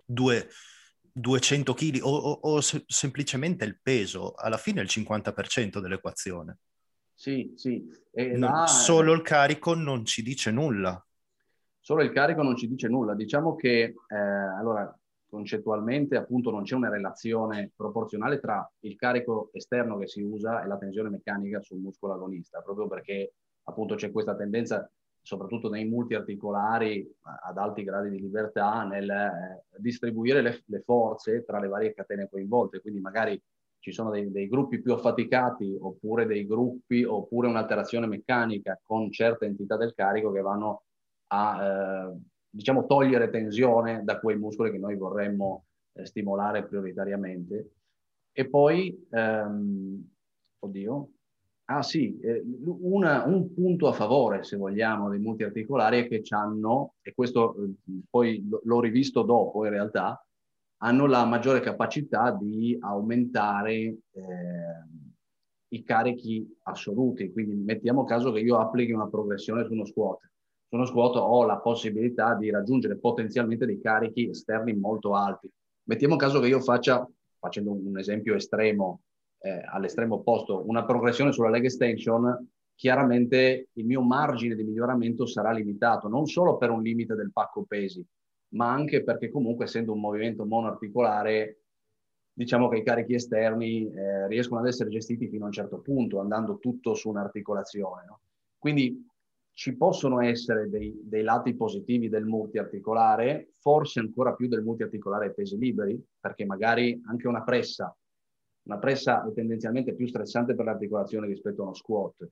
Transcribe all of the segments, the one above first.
due- 200 kg semplicemente il peso, alla fine è il 50% dell'equazione. Sì, sì, e là Solo il carico non ci dice nulla. solo il carico non ci dice nulla. Diciamo che allora concettualmente appunto non c'è una relazione proporzionale tra il carico esterno che si usa e la tensione meccanica sul muscolo agonista, proprio perché appunto c'è questa tendenza, soprattutto nei multiarticolari ad alti gradi di libertà, nel distribuire le forze tra le varie catene coinvolte. Quindi magari ci sono dei gruppi più affaticati oppure dei gruppi oppure un'alterazione meccanica con certa entità del carico che vanno a diciamo togliere tensione da quei muscoli che noi vorremmo stimolare prioritariamente. E poi, oddio, ah sì, un punto a favore, se vogliamo, dei multiarticolari è che hanno, e questo poi l'ho rivisto dopo in realtà, hanno la maggiore capacità di aumentare i carichi assoluti. Quindi mettiamo caso che io applichi una progressione su uno squat. Su uno squat ho la possibilità di raggiungere potenzialmente dei carichi esterni molto alti. Mettiamo caso che io faccia, facendo un esempio estremo, all'estremo opposto, una progressione sulla leg extension, chiaramente il mio margine di miglioramento sarà limitato, non solo per un limite del pacco pesi, ma anche perché comunque essendo un movimento monoarticolare, diciamo che i carichi esterni riescono ad essere gestiti fino a un certo punto, andando tutto su un'articolazione. No? Quindi ci possono essere dei lati positivi del multiarticolare, forse ancora più del multiarticolare ai pesi liberi, perché magari anche una pressa è tendenzialmente più stressante per l'articolazione rispetto a uno squat.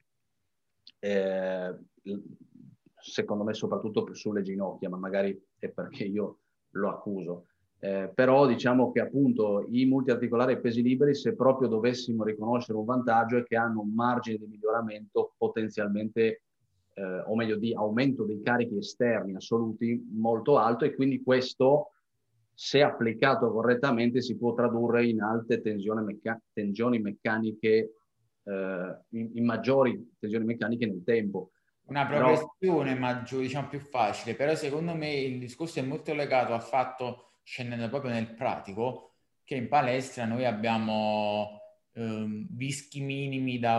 Eh, secondo me soprattutto sulle ginocchia, ma magari è perché io lo accuso. Però diciamo che appunto i multiarticolari e pesi liberi, se proprio dovessimo riconoscere un vantaggio, è che hanno un margine di miglioramento potenzialmente, o meglio di aumento dei carichi esterni assoluti molto alto, e quindi questo, se applicato correttamente, si può tradurre in alte tensioni meccaniche, in maggiori tensioni meccaniche nel tempo. Una Però progressione maggiore, diciamo più facile, però secondo me il discorso è molto legato al fatto, scendendo proprio nel pratico, che in palestra noi abbiamo dischi minimi da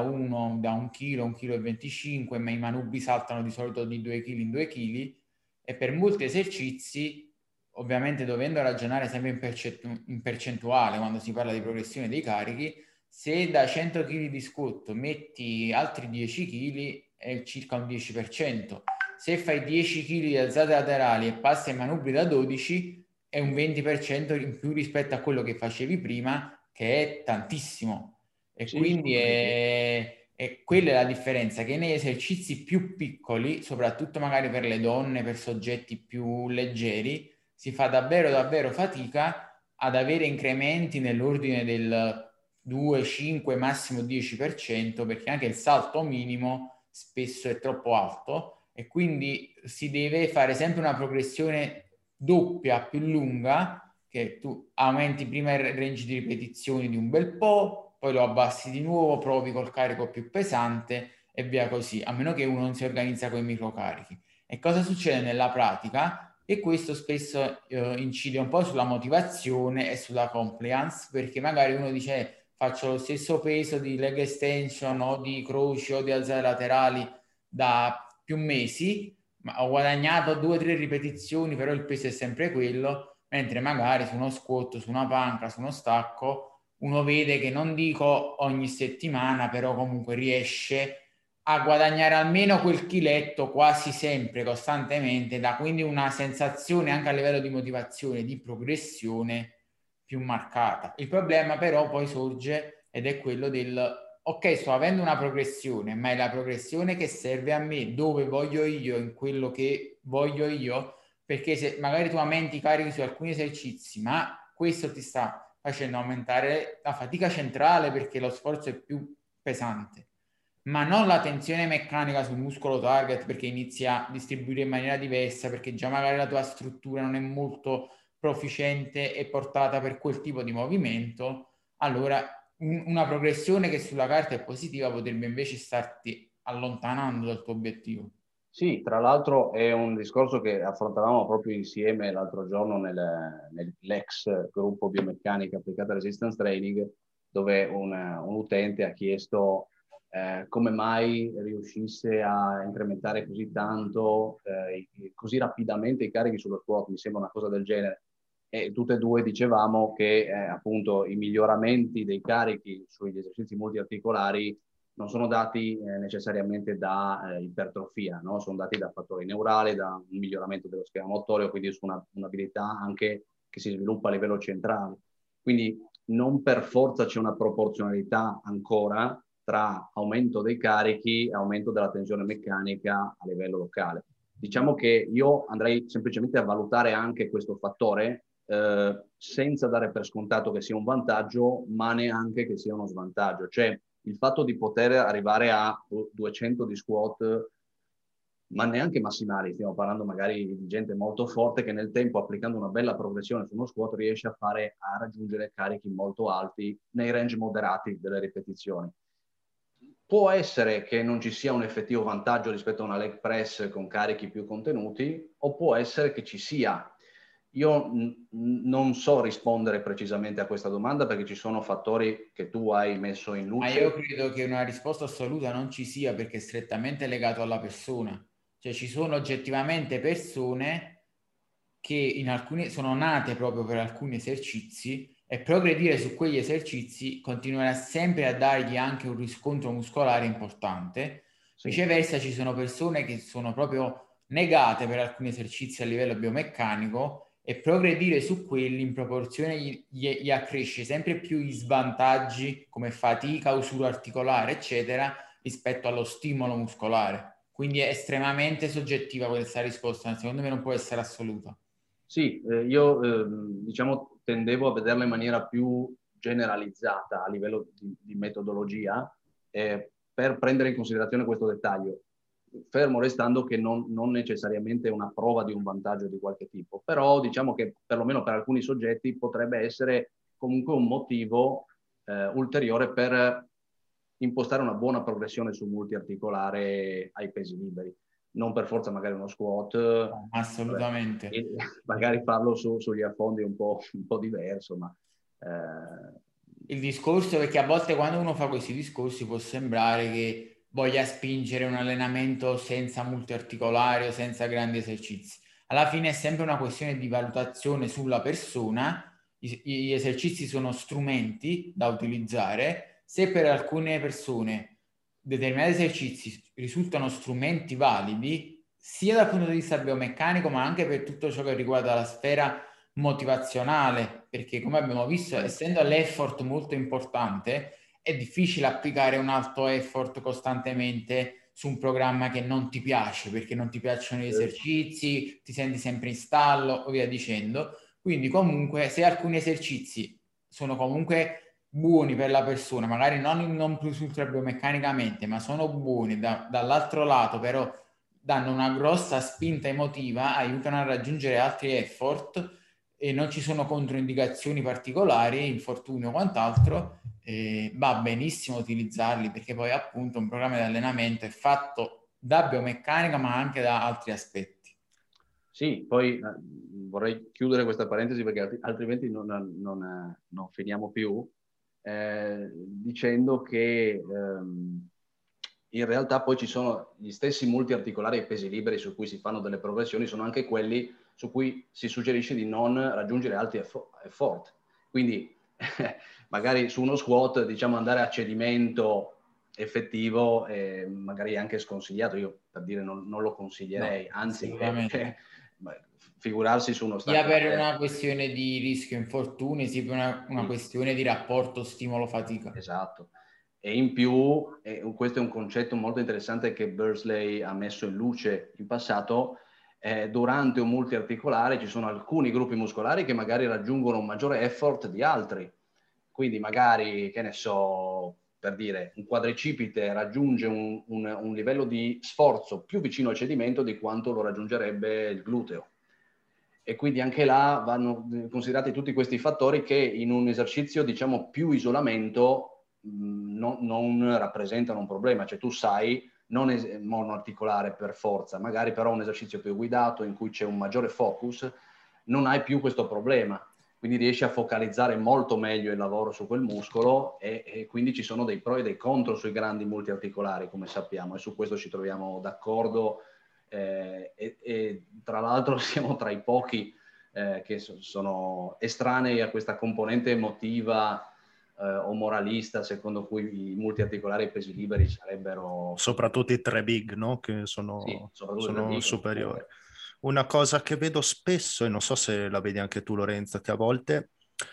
1 chilo, 1,25 kg, ma i manubri saltano di solito di 2 kg in 2 kg, e per molti esercizi, ovviamente dovendo ragionare sempre in percentuale quando si parla di progressione dei carichi, se da 100 kg di squat metti altri 10 kg è circa un 10%. Se fai 10 kg di alzate laterali e passi ai manubri da 12 è un 20% in più rispetto a quello che facevi prima, che è tantissimo. E sì, quindi assolutamente. quella è la differenza, che nei esercizi più piccoli, soprattutto magari per le donne, per soggetti più leggeri, si fa davvero davvero fatica ad avere incrementi nell'ordine del 2, 5, massimo 10%, perché anche il salto minimo spesso è troppo alto e quindi si deve fare sempre una progressione doppia più lunga, che tu aumenti prima il range di ripetizioni di un bel po', poi lo abbassi di nuovo, provi col carico più pesante e via così, a meno che uno non si organizza con i microcarichi. E cosa succede nella pratica? E questo spesso incide un po' sulla motivazione e sulla compliance, perché magari uno dice faccio lo stesso peso di leg extension o di croci o di alzate laterali da più mesi, ma ho guadagnato 2 o 3 ripetizioni, però il peso è sempre quello, mentre magari su uno squat, su una panca, su uno stacco, uno vede che non dico ogni settimana, però comunque riesce a guadagnare almeno quel chiletto quasi sempre, costantemente, da quindi una sensazione anche a livello di motivazione, di progressione più marcata. Il problema però poi sorge ed è quello del ok, sto avendo una progressione, ma è la progressione che serve a me, dove voglio io, in quello che voglio io, perché se magari tu aumenti i carichi su alcuni esercizi, ma questo ti sta facendo aumentare la fatica centrale perché lo sforzo è più pesante, ma non la tensione meccanica sul muscolo target perché inizi a distribuire in maniera diversa, perché già magari la tua struttura non è molto proficiente e portata per quel tipo di movimento, allora una progressione che sulla carta è positiva potrebbe invece starti allontanando dal tuo obiettivo. Sì, tra l'altro è un discorso che affrontavamo proprio insieme l'altro giorno nell'ex gruppo biomeccanica applicata resistance training, dove un utente ha chiesto come mai riuscisse a incrementare così tanto, così rapidamente i carichi sullo squat, mi sembra una cosa del genere. E tutte e due dicevamo che appunto i miglioramenti dei carichi sugli esercizi multiarticolari non sono dati necessariamente da ipertrofia, no? Sono dati da fattori neurali, da un miglioramento dello schema motorio, quindi su un'abilità anche che si sviluppa a livello centrale. Quindi non per forza c'è una proporzionalità ancora tra aumento dei carichi e aumento della tensione meccanica a livello locale. Diciamo che io andrei semplicemente a valutare anche questo fattore senza dare per scontato che sia un vantaggio, ma neanche che sia uno svantaggio. Cioè, il fatto di poter arrivare a 200 di squat, ma neanche massimali, stiamo parlando magari di gente molto forte che nel tempo, applicando una bella progressione su uno squat, riesce a raggiungere carichi molto alti nei range moderati delle ripetizioni. Può essere che non ci sia un effettivo vantaggio rispetto a una leg press con carichi più contenuti, o può essere che ci sia. Io non so rispondere precisamente a questa domanda perché ci sono fattori che tu hai messo in luce. Ma io credo che una risposta assoluta non ci sia, perché è strettamente legato alla persona. Cioè ci sono oggettivamente persone che in alcuni sono nate proprio per alcuni esercizi, e progredire su quegli esercizi continuerà sempre a dargli anche un riscontro muscolare importante. Sì. Viceversa, ci sono persone che sono proprio negate per alcuni esercizi a livello biomeccanico, e progredire su quelli in proporzione gli accresce sempre più gli svantaggi come fatica, usura articolare, eccetera, rispetto allo stimolo muscolare. Quindi è estremamente soggettiva questa risposta, secondo me non può essere assoluta. Sì, io diciamo tendevo a vederla in maniera più generalizzata a livello di metodologia, per prendere in considerazione questo dettaglio, fermo restando che non necessariamente una prova di un vantaggio di qualche tipo, però diciamo che perlomeno per alcuni soggetti potrebbe essere comunque un motivo ulteriore per impostare una buona progressione sul multiarticolare ai pesi liberi. Non per forza magari uno squat, Assolutamente. magari farlo sugli affondi un po' diverso, ma il discorso è che a volte quando uno fa questi discorsi può sembrare che voglia spingere un allenamento senza multiarticolare o senza grandi esercizi. Alla fine è sempre una questione di valutazione sulla persona. Gli esercizi sono strumenti da utilizzare. Se per alcune persone determinati esercizi risultano strumenti validi, sia dal punto di vista biomeccanico, ma anche per tutto ciò che riguarda la sfera motivazionale, perché come abbiamo visto, essendo l'effort molto importante, è difficile applicare un alto effort costantemente su un programma che non ti piace, perché non ti piacciono gli esercizi, ti senti sempre in stallo o via dicendo. Quindi comunque se alcuni esercizi sono comunque buoni per la persona, magari non plus ultra biomeccanicamente, ma sono buoni dall'altro lato, però danno una grossa spinta emotiva, aiutano a raggiungere altri effort e non ci sono controindicazioni particolari, infortuni o quant'altro, va benissimo utilizzarli, perché poi appunto un programma di allenamento è fatto da biomeccanica ma anche da altri aspetti. Sì, poi vorrei chiudere questa parentesi perché altrimenti non finiamo più, dicendo che in realtà poi ci sono gli stessi multiarticolari e pesi liberi su cui si fanno delle progressioni, sono anche quelli su cui si suggerisce di non raggiungere alti effort. Quindi magari su uno squat, diciamo, andare a cedimento effettivo magari anche sconsigliato. Io per dire non lo consiglierei, no, anzi figurarsi su uno sia per una questione di rischio infortuni, sia per una questione di rapporto stimolo-fatica. Esatto. E in più, questo è un concetto molto interessante che Bursley ha messo in luce in passato, durante un multiarticolare ci sono alcuni gruppi muscolari che magari raggiungono un maggiore effort di altri. Quindi magari, che ne so, per dire, un quadricipite raggiunge un livello di sforzo più vicino al cedimento di quanto lo raggiungerebbe il gluteo. E quindi anche là vanno considerati tutti questi fattori che in un esercizio, diciamo, più isolamento non rappresentano un problema. Cioè tu sai non monoarticolare per forza, magari però un esercizio più guidato in cui c'è un maggiore focus, non hai più questo problema. Quindi riesci a focalizzare molto meglio il lavoro su quel muscolo e quindi ci sono dei pro e dei contro sui grandi multiarticolari, come sappiamo, e su questo ci troviamo d'accordo. E tra l'altro siamo tra i pochi che sono estranei a questa componente emotiva o moralista, secondo cui i multiarticolari e i pesi liberi sarebbero... Soprattutto i tre big, no? Che Sì, sono big, superiori. Una cosa che vedo spesso, e non so se la vedi anche tu Lorenzo, che a volte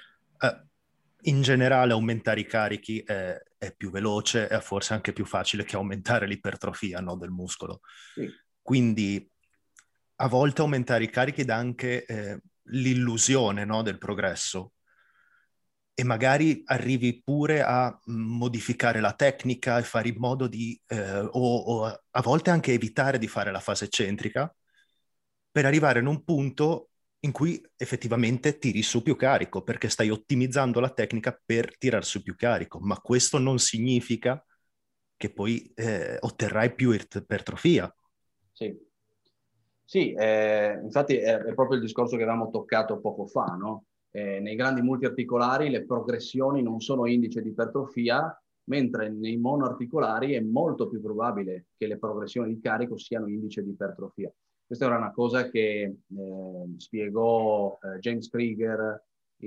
in generale aumentare i carichi è più veloce e forse anche più facile che aumentare l'ipertrofia, no, del muscolo. Sì. Quindi a volte aumentare i carichi dà anche l'illusione, no, del progresso. E magari arrivi pure a modificare la tecnica e fare in modo di, o a volte anche evitare di fare la fase eccentrica, per arrivare in un punto in cui effettivamente tiri su più carico, perché stai ottimizzando la tecnica per tirar su più carico, ma questo non significa che poi otterrai più ipertrofia. Sì, sì, infatti è proprio il discorso che avevamo toccato poco fa, no? Nei grandi multiarticolari le progressioni non sono indice di ipertrofia, mentre nei monoarticolari è molto più probabile che le progressioni di carico siano indice di ipertrofia. Questa era una cosa che spiegò James Krieger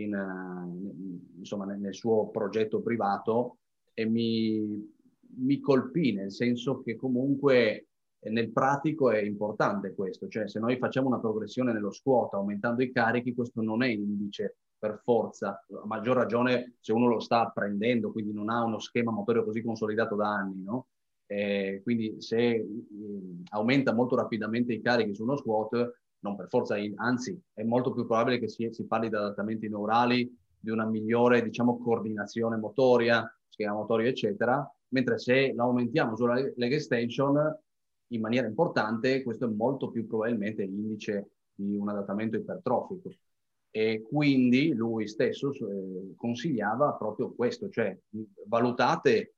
insomma, nel suo progetto privato e mi colpì, nel senso che comunque nel pratico è importante questo, cioè se noi facciamo una progressione nello squat aumentando i carichi, questo non è indice per forza, a maggior ragione se uno lo sta apprendendo, quindi non ha uno schema motorio così consolidato da anni, no? Quindi se aumenta molto rapidamente i carichi su uno squat, non per forza, anzi è molto più probabile che si parli di adattamenti neurali, di una migliore, diciamo, coordinazione motoria, schema motorio, eccetera, mentre se l'aumentiamo sulla leg extension in maniera importante, questo è molto più probabilmente l'indice di un adattamento ipertrofico. E quindi lui stesso consigliava proprio questo, cioè valutate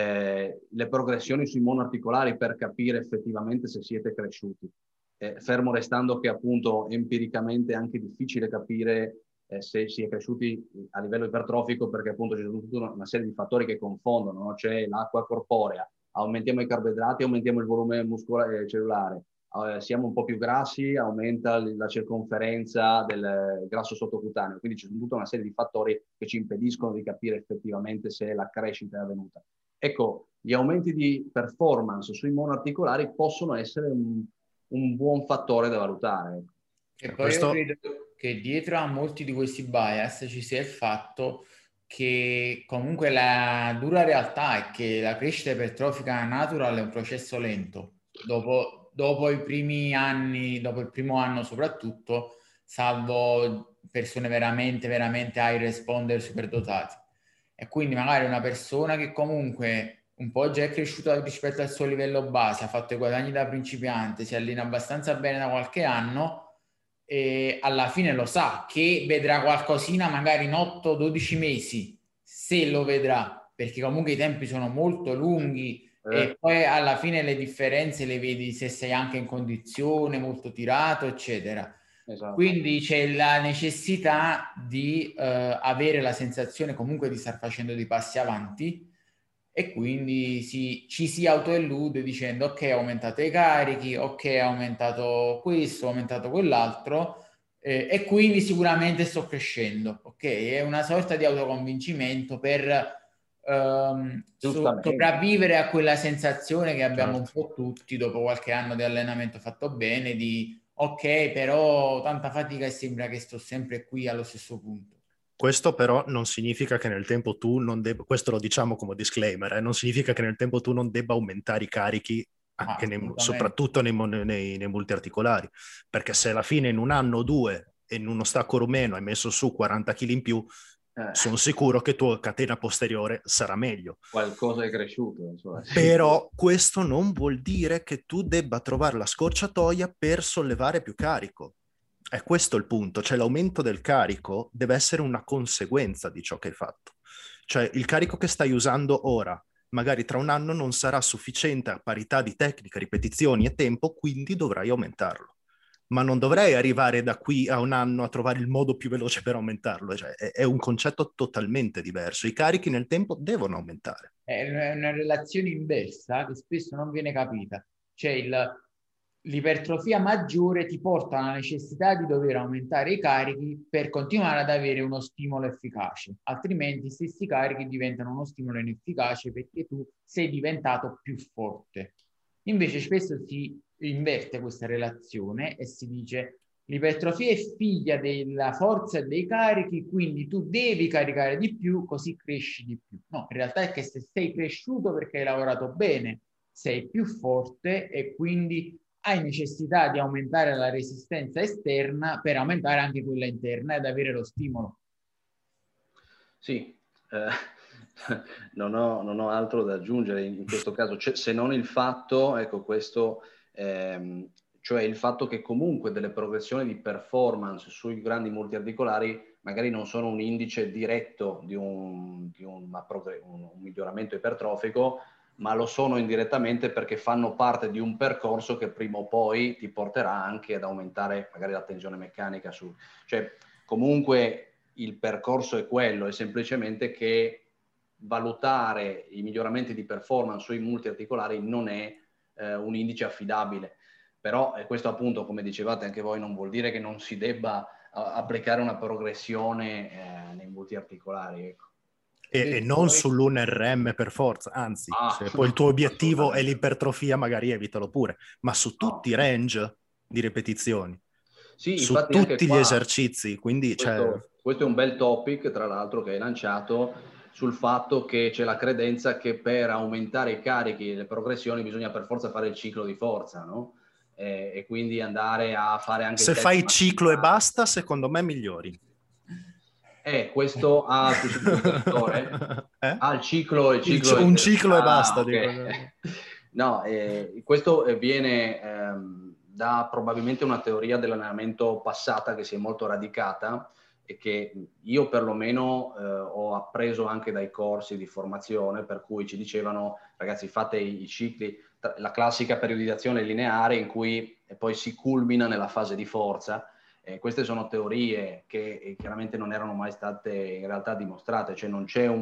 le progressioni sui monoarticolari per capire effettivamente se siete cresciuti. Fermo restando che appunto empiricamente è anche difficile capire se si è cresciuti a livello ipertrofico, perché appunto ci sono tutta una serie di fattori che confondono, no? C'è l'acqua corporea, aumentiamo i carboidrati, aumentiamo il volume muscolare cellulare, siamo un po' più grassi, aumenta la circonferenza del grasso sottocutaneo, quindi ci sono tutta una serie di fattori che ci impediscono di capire effettivamente se la crescita è avvenuta. Ecco, gli aumenti di performance sui monoarticolari possono essere un buon fattore da valutare. E poi questo... io credo che dietro a molti di questi bias ci sia il fatto che comunque la dura realtà è che la crescita ipertrofica natural è un processo lento. Dopo i primi anni, dopo il primo anno soprattutto, salvo persone veramente high responder superdotati. E quindi magari una persona che comunque un po' già è cresciuta rispetto al suo livello base, ha fatto i guadagni da principiante, si allena abbastanza bene da qualche anno e alla fine lo sa che vedrà qualcosina magari in 8-12 mesi, se lo vedrà, perché comunque i tempi sono molto lunghi e poi alla fine le differenze le vedi se sei anche in condizione, molto tirato, eccetera. Esatto. Quindi c'è la necessità di avere la sensazione comunque di star facendo dei passi avanti e quindi ci si autoillude dicendo ok, ho aumentato i carichi, ok, ho aumentato questo, ho aumentato quell'altro e quindi sicuramente sto crescendo, ok? È una sorta di autoconvincimento per sopravvivere a quella sensazione che abbiamo un po' tutti dopo qualche anno di allenamento fatto bene di ok, però tanta fatica e sembra che sto sempre qui allo stesso punto. Questo però non significa che nel tempo tu non debba, questo lo diciamo come disclaimer, non significa che nel tempo tu non debba aumentare i carichi anche soprattutto nei multiarticolari, perché se alla fine in un anno o due e in uno stacco rumeno hai messo su 40 kg in più, sono sicuro che tua catena posteriore sarà meglio. Qualcosa è cresciuto. Insomma. Però questo non vuol dire che tu debba trovare la scorciatoia per sollevare più carico. È questo il punto, cioè l'aumento del carico deve essere una conseguenza di ciò che hai fatto. Cioè il carico che stai usando ora magari tra un anno non sarà sufficiente a parità di tecnica, ripetizioni e tempo, quindi dovrai aumentarlo. Ma non dovrei arrivare da qui a un anno a trovare il modo più veloce per aumentarlo, cioè, è un concetto totalmente diverso. I carichi nel tempo devono aumentare. È una relazione inversa che spesso non viene capita. Cioè l'ipertrofia maggiore ti porta alla necessità di dover aumentare i carichi per continuare ad avere uno stimolo efficace, altrimenti gli stessi carichi diventano uno stimolo inefficace perché tu sei diventato più forte. Invece spesso si inverte questa relazione e si dice l'ipertrofia è figlia della forza e dei carichi, quindi tu devi caricare di più così cresci di più. No, in realtà è che se sei cresciuto perché hai lavorato bene, sei più forte e quindi hai necessità di aumentare la resistenza esterna per aumentare anche quella interna ed avere lo stimolo. Sì, non ho altro da aggiungere in questo caso, se non il fatto, ecco questo, cioè il fatto che comunque delle progressioni di performance sui grandi multiarticolari magari non sono un indice diretto di un miglioramento ipertrofico, ma lo sono indirettamente perché fanno parte di un percorso che prima o poi ti porterà anche ad aumentare magari la tensione meccanica cioè comunque il percorso è quello, è semplicemente che valutare i miglioramenti di performance sui multiarticolari non è un indice affidabile. Però questo appunto, come dicevate anche voi, non vuol dire che non si debba applicare una progressione nei multiarticolari. Ecco. E non sull'UNRM per forza, anzi, se poi il tuo obiettivo è l'ipertrofia, magari evitalo pure, ma su tutti i range di ripetizioni, sì, su infatti tutti anche gli qua, esercizi. Quindi, questo è un bel topic, tra l'altro, che hai lanciato sul fatto che c'è la credenza che per aumentare i carichi e le progressioni bisogna per forza fare il ciclo di forza, no? E quindi andare a fare anche se fai ciclo e basta, secondo me migliori. Questo ha il suo significatore? Il ciclo un ciclo e basta. Okay. No, questo viene da probabilmente una teoria dell'allenamento passata che si è molto radicata e che io perlomeno ho appreso anche dai corsi di formazione, per cui ci dicevano ragazzi fate i cicli, la classica periodizzazione lineare in cui poi si culmina nella fase di forza. Queste sono teorie che chiaramente non erano mai state in realtà dimostrate, cioè non c'è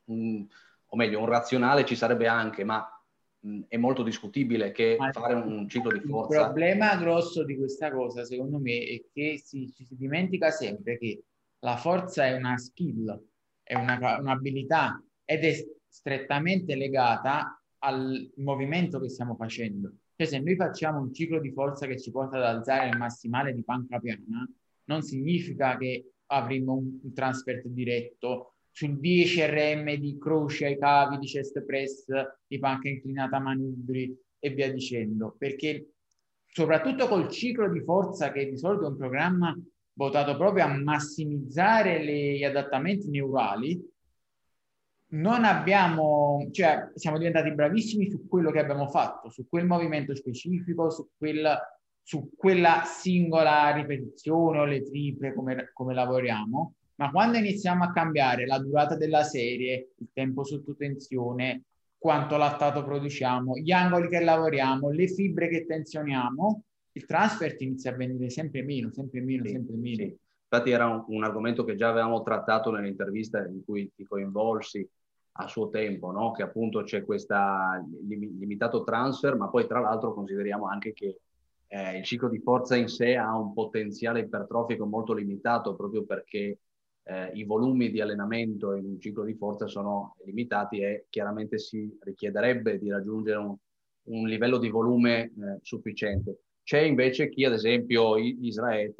o meglio, un razionale ci sarebbe anche, ma è molto discutibile che fare un ciclo di forza... Il problema grosso di questa cosa, secondo me, è che ci si dimentica sempre che la forza è una skill, è un'abilità ed è strettamente legata al movimento che stiamo facendo. Cioè, se noi facciamo un ciclo di forza che ci porta ad alzare il massimale di panca piana, non significa che avremo un transfer diretto sul 10 RM di croce ai cavi, di chest press, di panca inclinata a manubri e via dicendo, perché soprattutto col ciclo di forza, che di solito è un programma votato proprio a massimizzare gli adattamenti neurali, non abbiamo, cioè siamo diventati bravissimi su quello che abbiamo fatto, su quel movimento specifico, su quella singola ripetizione o le triple come lavoriamo, ma quando iniziamo a cambiare la durata della serie, il tempo sotto tensione, quanto lattato produciamo, gli angoli che lavoriamo, le fibre che tensioniamo, il transfer inizia a venire sempre meno, sempre meno, sì, sempre meno. Sì. Infatti era un argomento che già avevamo trattato nell'intervista in cui ti coinvolsi a suo tempo, no? Che appunto c'è questa limitato transfer, ma poi tra l'altro consideriamo anche che il ciclo di forza in sé ha un potenziale ipertrofico molto limitato proprio perché i volumi di allenamento in un ciclo di forza sono limitati e chiaramente si richiederebbe di raggiungere un livello di volume sufficiente. C'è invece chi, ad esempio, Israel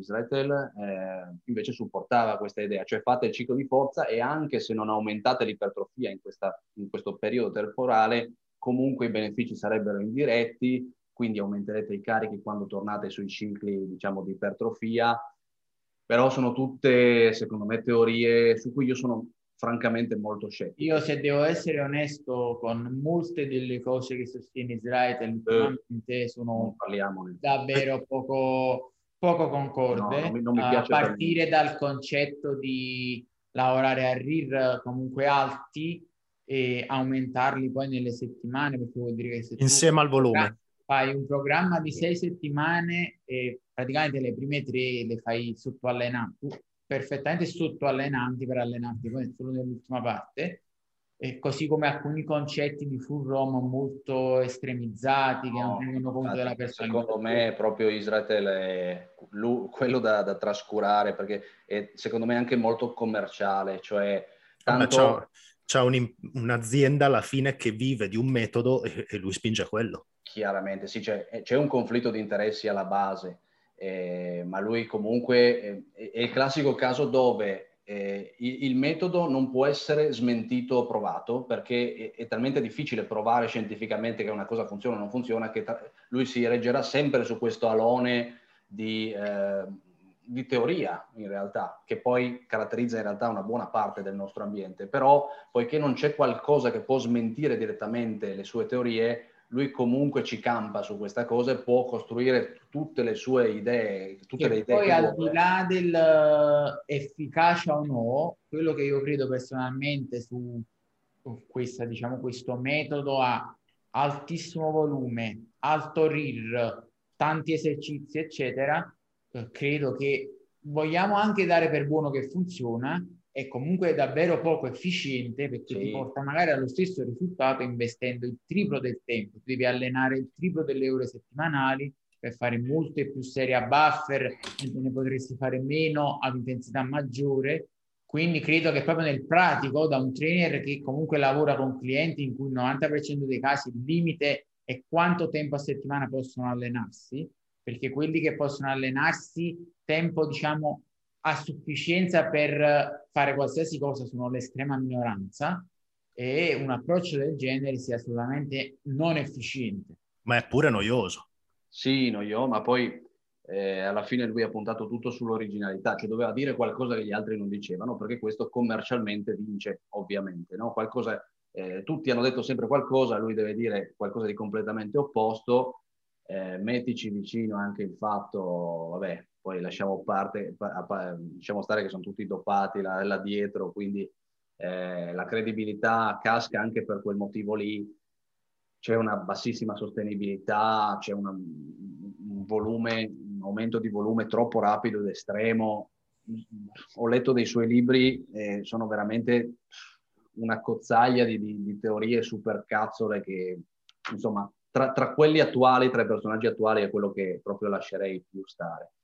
invece supportava questa idea, cioè fate il ciclo di forza e anche se non aumentate l'ipertrofia in questo periodo temporale, comunque i benefici sarebbero indiretti, quindi aumenterete i carichi quando tornate sui cicli, diciamo, di ipertrofia. Però sono tutte, secondo me, teorie su cui io sono francamente molto scettico. Io, se devo essere onesto, con molte delle cose che sostiene Israel ultimamente sono davvero poco concorde. No, non mi piace a partire dal concetto di lavorare a RIR comunque alti, e aumentarli poi nelle settimane, perché vuol dire che se insieme al volume fai un programma di 6 settimane e praticamente le prime 3 le fai sottoallenanti, perfettamente sottoallenanti per allenarti poi solo nell'ultima parte, e così come alcuni concetti di full ROM molto estremizzati che non tengono conto della personalità. Secondo me proprio Israel è quello da trascurare, perché è secondo me anche molto commerciale, cioè tanto... C'ha un'azienda alla fine che vive di un metodo e lui spinge a quello. Chiaramente, sì, c'è un conflitto di interessi alla base, ma lui comunque è il classico caso dove il metodo non può essere smentito o provato, perché è talmente difficile provare scientificamente che una cosa funziona o non funziona, che lui si reggerà sempre su questo alone di teoria, in realtà, che poi caratterizza in realtà una buona parte del nostro ambiente. Però, poiché non c'è qualcosa che può smentire direttamente le sue teorie, lui comunque ci campa su questa cosa e può costruire tutte le sue idee, tutte le idee poi che al vuole. di là dell'efficacia o no, quello che io credo personalmente su questa, diciamo, questo metodo a altissimo volume, alto RIR, tanti esercizi, eccetera, credo che vogliamo anche dare per buono che funziona, è comunque davvero poco efficiente, perché ti porta magari allo stesso risultato investendo il triplo del tempo. Tu devi allenare il triplo delle ore settimanali per fare molte più serie a buffer, ne potresti fare meno ad intensità maggiore. Quindi credo che proprio nel pratico, da un trainer che comunque lavora con clienti in cui il 90% dei casi il limite è quanto tempo a settimana possono allenarsi, perché quelli che possono allenarsi tempo, diciamo, a sufficienza per fare qualsiasi cosa sono l'estrema minoranza, e un approccio del genere sia assolutamente non efficiente. Ma è pure noioso. Sì, noioso, ma poi alla fine lui ha puntato tutto sull'originalità, cioè doveva dire qualcosa che gli altri non dicevano, perché questo commercialmente vince, ovviamente, no? Qualcosa, tutti hanno detto sempre qualcosa, lui deve dire qualcosa di completamente opposto. Mettici vicino anche il fatto, vabbè, poi lasciamo lasciamo stare che sono tutti dopati là dietro, quindi la credibilità casca anche per quel motivo lì. C'è una bassissima sostenibilità, c'è un aumento di volume troppo rapido ed estremo. Ho letto dei suoi libri, sono veramente una cozzaglia di teorie super cazzole che, insomma, tra quelli attuali, tra i personaggi attuali, è quello che proprio lascerei più stare.